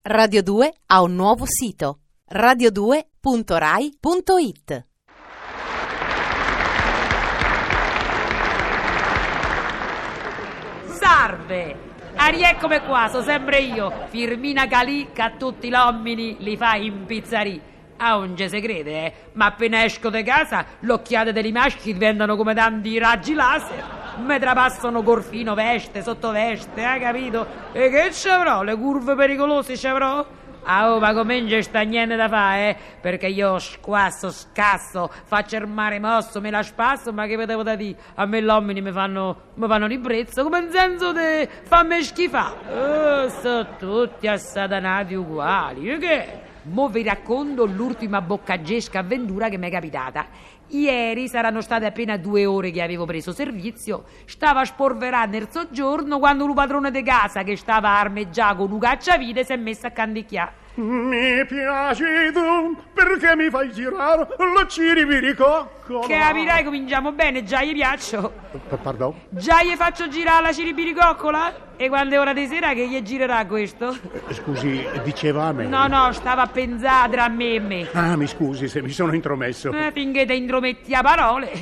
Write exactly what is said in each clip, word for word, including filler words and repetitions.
Radio due ha un nuovo sito, radio due punto rai punto it. Salve! Ah, rieccomi qua, so sempre io, Firmina Calì, che a tutti gli uomini li fa in pizzeria. Ah, non ci si crede, eh? Ma appena esco di casa, le occhiate dei maschi diventano come tanti raggi laser. Mi trapassano corfino, veste, sottoveste, hai capito? E che ci avrò? Le curve pericolose ci avrò? Ah, oh, ma come non sta niente da fare, eh? Perché io squasso, scasso, faccio il mare mosso, me la spasso, ma che vedevo da dire? A me gli uomini mi fanno, mi fanno ribrezzo, come in senso di fammi schifare. Oh, sono tutti assatanati uguali, e che? Mo vi racconto l'ultima boccagesca avventura che mi è capitata. Ieri saranno state appena due ore che avevo preso servizio. Stava a spolverare nel soggiorno quando un padrone di casa che stava a armeggiare con un cacciavite si è messo a canticchiare. Mi piaci tu perché mi fai girare la ciribiricoccola. Che capirai, cominciamo bene, già gli piaccio. P- Pardon? Già gli faccio girare la ciribiricoccola? E quando è ora di sera che gli girerà questo? Scusi, diceva a me? No, no, stava a pensare tra me e me. Ah, mi scusi se mi sono intromesso. Eh, finché te intrometti a parole.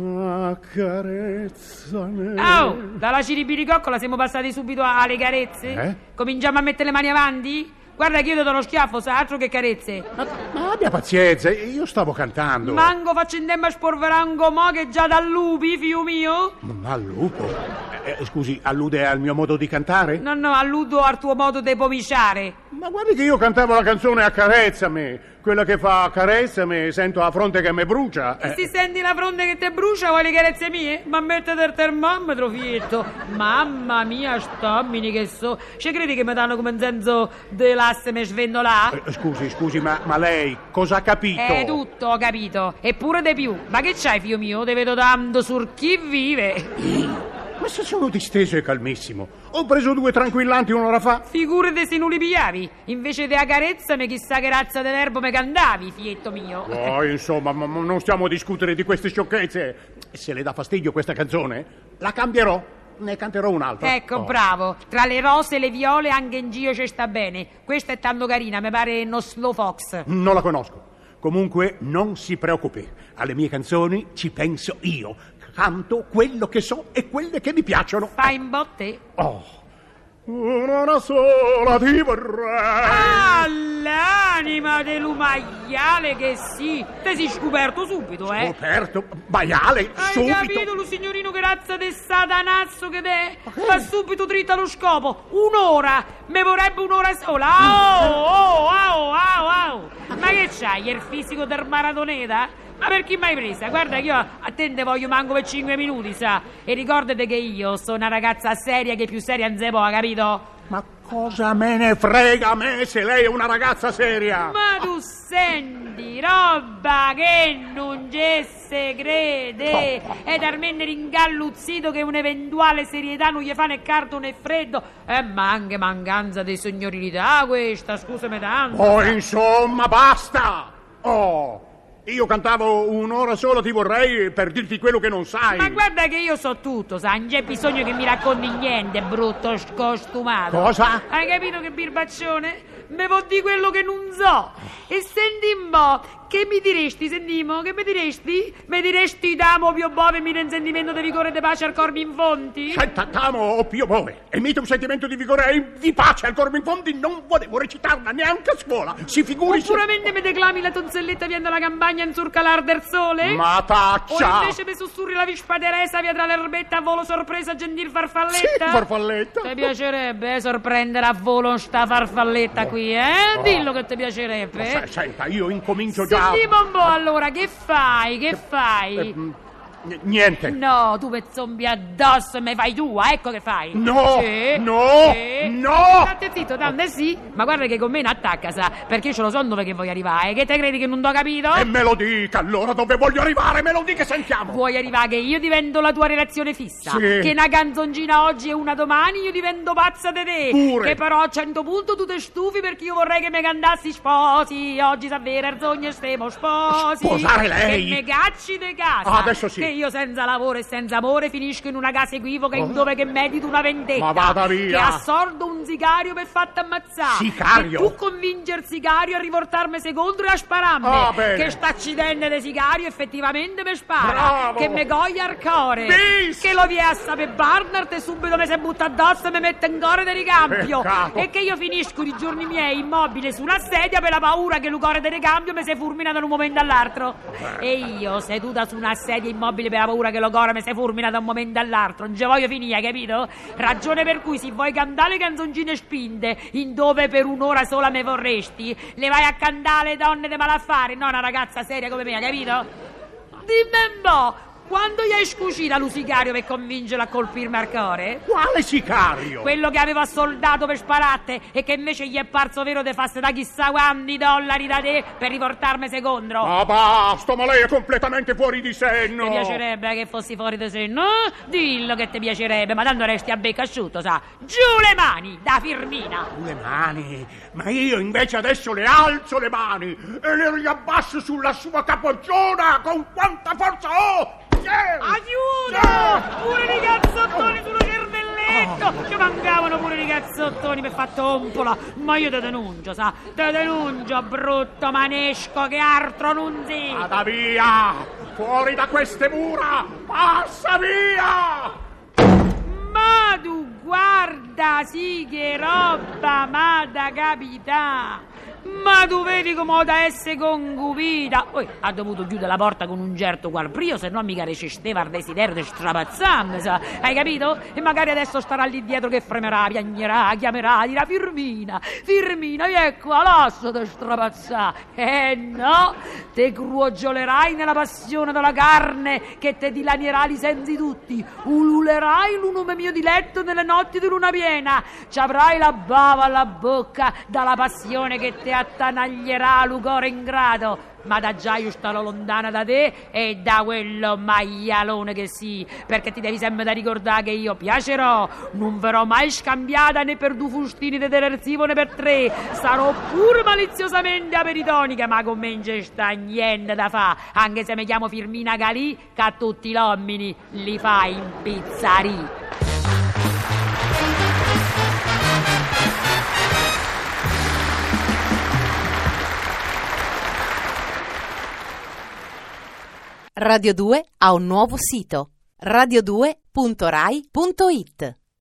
Accarezzami. Oh, dalla ciribiricoccola siamo passati subito alle carezze? Eh? Cominciamo a mettere le mani avanti? Guarda che io ti do uno schiaffo, sa, altro che carezze. Ma, ma abbia pazienza, io stavo cantando. Manco faccio in tempo a sporverare un gomò che già da lupi, figlio mio. Ma al lupo? Eh, scusi, allude al mio modo di cantare? No, no, alludo al tuo modo di pomiciare. Ma guardi che io cantavo la canzone Accarezzami, quella che fa Accarezzami, sento la fronte che mi brucia. E Eh. se senti la fronte che ti brucia, vuoi le carezze mie? Ma mettete il termometro, fietto. Mamma mia, stommini che so. Ci credi che mi danno come in senso dell'asse me svendolà? Eh, Scusi, scusi, ma, ma lei cosa ha capito? È tutto, ho capito. Eppure di più. Ma che c'hai, figlio mio? Te vedo dando sur chi vive. Ma se sono disteso e calmissimo. Ho preso due tranquillanti un'ora fa. Figurati se non li pigliavi. Invece di carezzami, chissà che razza di verbo me cantavi, fietto mio. Oh, insomma, ma, ma non stiamo a discutere di queste sciocchezze. Se le dà fastidio questa canzone, la cambierò. Ne canterò un'altra. Ecco, Oh. bravo. Tra le rose e le viole anche in giro ci sta bene. Questa è tanto carina, mi pare uno slow fox. Non la conosco. Comunque non si preoccupi. Alle mie canzoni ci penso io. Canto quello che so e quelle che mi piacciono. Fai in botte? Oh, una sola ti vorrei. Ah, l'anima dell'umaiale che sì. Te sei scoperto subito, eh? Scoperto, maiale, Hai subito. capito, lo signorino, che razza di satanazzo che è? Va subito dritto allo scopo. Un'ora. Me vorrebbe un'ora sola. Oh, oh, oh, oh, oh. Ma che c'hai, il fisico del maratoneta? Ma per chi mai presa? Guarda che io a te ne voglio manco per cinque minuti, sa? E ricordate che io sono una ragazza seria che più seria non si può, capito? Ma cosa me ne frega a me se lei è una ragazza seria? Ma tu senti roba che non ci se crede. È talmente ringalluzzito che un'eventuale serietà non gli fa né carto né freddo. Eh, ma anche mancanza di signorilità questa, scusami tanto. Oh, insomma, basta! Oh, io cantavo un'ora sola ti vorrei per dirti quello che non sai. Ma guarda che io so tutto, sa, non c'è bisogno che mi racconti niente, brutto scostumato. Cosa? Hai capito che birbaccione? Me vuol di quello che non so. E senti un po', che mi diresti, sentimo, che mi diresti? Mi diresti d'amo più bove mi un sentimento di vigore e di pace al corpo in fonti? Senta, t'amo o più bove. E mite un sentimento di vigore e di pace al corpo in fondi, non volevo recitarla neanche a scuola. Si figuri se... Oppuramente mi declami la tonselletta viendo la campagna in surcalar del sole? Ma O taccia! invece mi sussurri la vispa Teresa via tra l'erbetta a volo sorpresa gentil farfalletta? Sì, farfalletta. Ti piacerebbe eh, sorprendere a volo sta farfalletta qui, eh? Oh. Dillo che ti piacerebbe. Se- Senta, io incomincio già... Sentimo un po' allora, che fai? Che fai? Eh, mm, n- niente. No, tu pezzombi addosso e me fai tua, ecco che fai. No, Sì, no, sì. no. State zitto, tanto sì. Ma guarda che con me non attacca, sa, perché io ce lo so dove che voglio arrivare. Che te credi che non t'ho capito? E me lo dica allora dove voglio arrivare, me lo dica, sentiamo. Vuoi arrivare che io divento la tua relazione fissa? Sì. Che una canzoncina oggi e una domani io divento pazza di te? Pure. Che però a cento punti tu te stufi perché io vorrei che mi cantassi sposi. Oggi sa vera arzogna stiamo sposi. Sposare lei? Che me cacci de casa. Ah, adesso sì. Che io senza lavoro e senza amore finisco in una casa equivoca in dove che medito una vendetta. Ma vada via! Che assordo un sicario per fatto ammazzare. Sicario? E tu convinci il sicario a riportarmi secondo e a spararmi. Ah, bene. Che sta accidente di sicario effettivamente mi spara. Bravo! Che mi coglie al cuore. Bis! Che lo vi a sapere Barnard e subito mi si butta addosso e mi mette in cuore di ricambio. Peccato. E che io finisco i giorni miei immobile su una sedia per la paura che il cuore di ricambio mi si fulmina da un momento all'altro. E io seduta su una sedia immobile per la paura che lo cuore mi si fulmina da un momento all'altro. Non ci voglio finire, capito? Ragione per cui se vuoi cantare le canzoncine spinte in dove per un'ora sola me vorresti, le vai a cantare le donne di malaffare, no una ragazza seria come me, capito? Dimmi un po', quando gli hai scucita lo sicario per convincerla a colpirmi al cuore? Quale sicario? Quello che aveva soldato per sparate e che invece gli è parso vero te fasse da chissà quanti dollari da te per riportarmi secondo. Ma basta, ma lei è completamente fuori di senno. Ti piacerebbe che fossi fuori di senno? Dillo che ti piacerebbe, ma tanto resti a becco asciutto, sa? Giù le mani, da Firmina! Le mani? Ma io invece adesso le alzo le mani e le riabbasso sulla sua capocciona con quanta forza ho! Yeah! Aiuto! Yeah! Pure i cazzottoni sullo cervelletto! Ci mancavano pure i cazzottoni per far tompola! Ma io te denuncio, sa? Te denuncio, brutto manesco, che altro non sei! Vada via! Fuori da queste mura! Passa via! Ma tu guarda, sì che roba, ma da capità! Ma tu vedi come da essere concupita. Poi ha dovuto chiudere la porta con un certo qual brio, se no mica resisteva al desiderio di strapazzarmi, sa? Hai capito? E magari adesso starà lì dietro che fremerà, piagnerà, chiamerà, dirà Firmina, Firmina, ecco, lascio di strapazzare. Eh no, te cruogiolerai nella passione della carne che te dilanierà li sensi tutti, ululerai l'uno mio diletto nelle notti di luna piena, ci avrai la bava alla bocca dalla passione che te attanaglierà l'ugore ingrato, ma da già io starò lontana da te e da quello maialone che sì, perché ti devi sempre da ricordare che io piacerò, non verrò mai scambiata né per due fustini di detersivo né per tre, sarò pur maliziosamente aperitonica, ma con me non c'è sta niente da fa, anche se mi chiamo Firmina Galì, che a tutti gli uomini li fa in pizzeria. Radio due ha un nuovo sito, radio due punto rai punto it.